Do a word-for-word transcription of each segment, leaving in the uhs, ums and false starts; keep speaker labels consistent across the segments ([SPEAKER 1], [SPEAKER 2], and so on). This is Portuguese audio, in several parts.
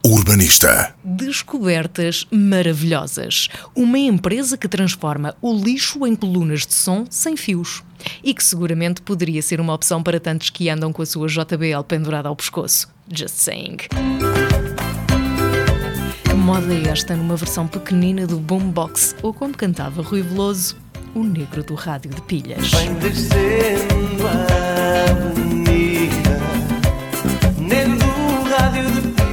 [SPEAKER 1] Urbanista.
[SPEAKER 2] Descobertas maravilhosas. Uma empresa que transforma o lixo em colunas de som sem fios. E que seguramente poderia ser uma opção para tantos que andam com a sua J B L pendurada ao pescoço. Just saying. Que moda é esta numa versão pequenina do boombox? Ou como cantava Rui Veloso, o negro do rádio de pilhas.
[SPEAKER 3] Vem descendo a avenida, negro do rádio de pilhas.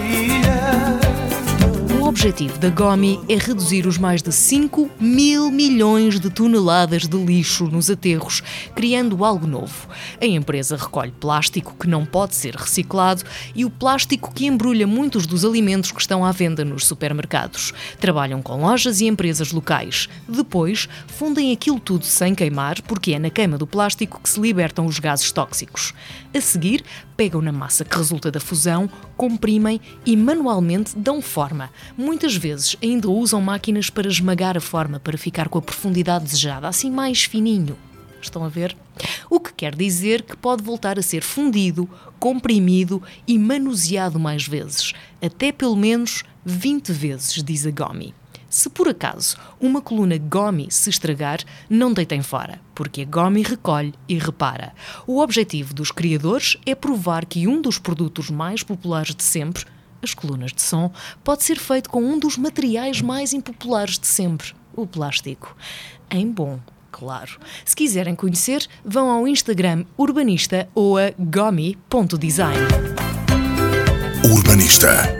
[SPEAKER 2] O objetivo da Gomi é reduzir os mais de cinco mil milhões de toneladas de lixo nos aterros, criando algo novo. A empresa recolhe plástico que não pode ser reciclado e o plástico que embrulha muitos dos alimentos que estão à venda nos supermercados. Trabalham com lojas e empresas locais. Depois, fundem aquilo tudo sem queimar, porque é na queima do plástico que se libertam os gases tóxicos. A seguir, pegam na massa que resulta da fusão, comprimem e manualmente dão forma. Muitas vezes ainda usam máquinas para esmagar a forma para ficar com a profundidade desejada, assim mais fininho. Estão a ver? O que quer dizer que pode voltar a ser fundido, comprimido e manuseado mais vezes. Até pelo menos vinte vezes, diz a Gomi. Se por acaso uma coluna Gomi se estragar, não deitem fora, porque a Gomi recolhe e repara. O objetivo dos criadores é provar que um dos produtos mais populares de sempre, as colunas de som, pode ser feito com um dos materiais mais impopulares de sempre, o plástico. Em bom, claro. Se quiserem conhecer, vão ao Instagram Urbanista ou a gomi ponto design.
[SPEAKER 1] Urbanista.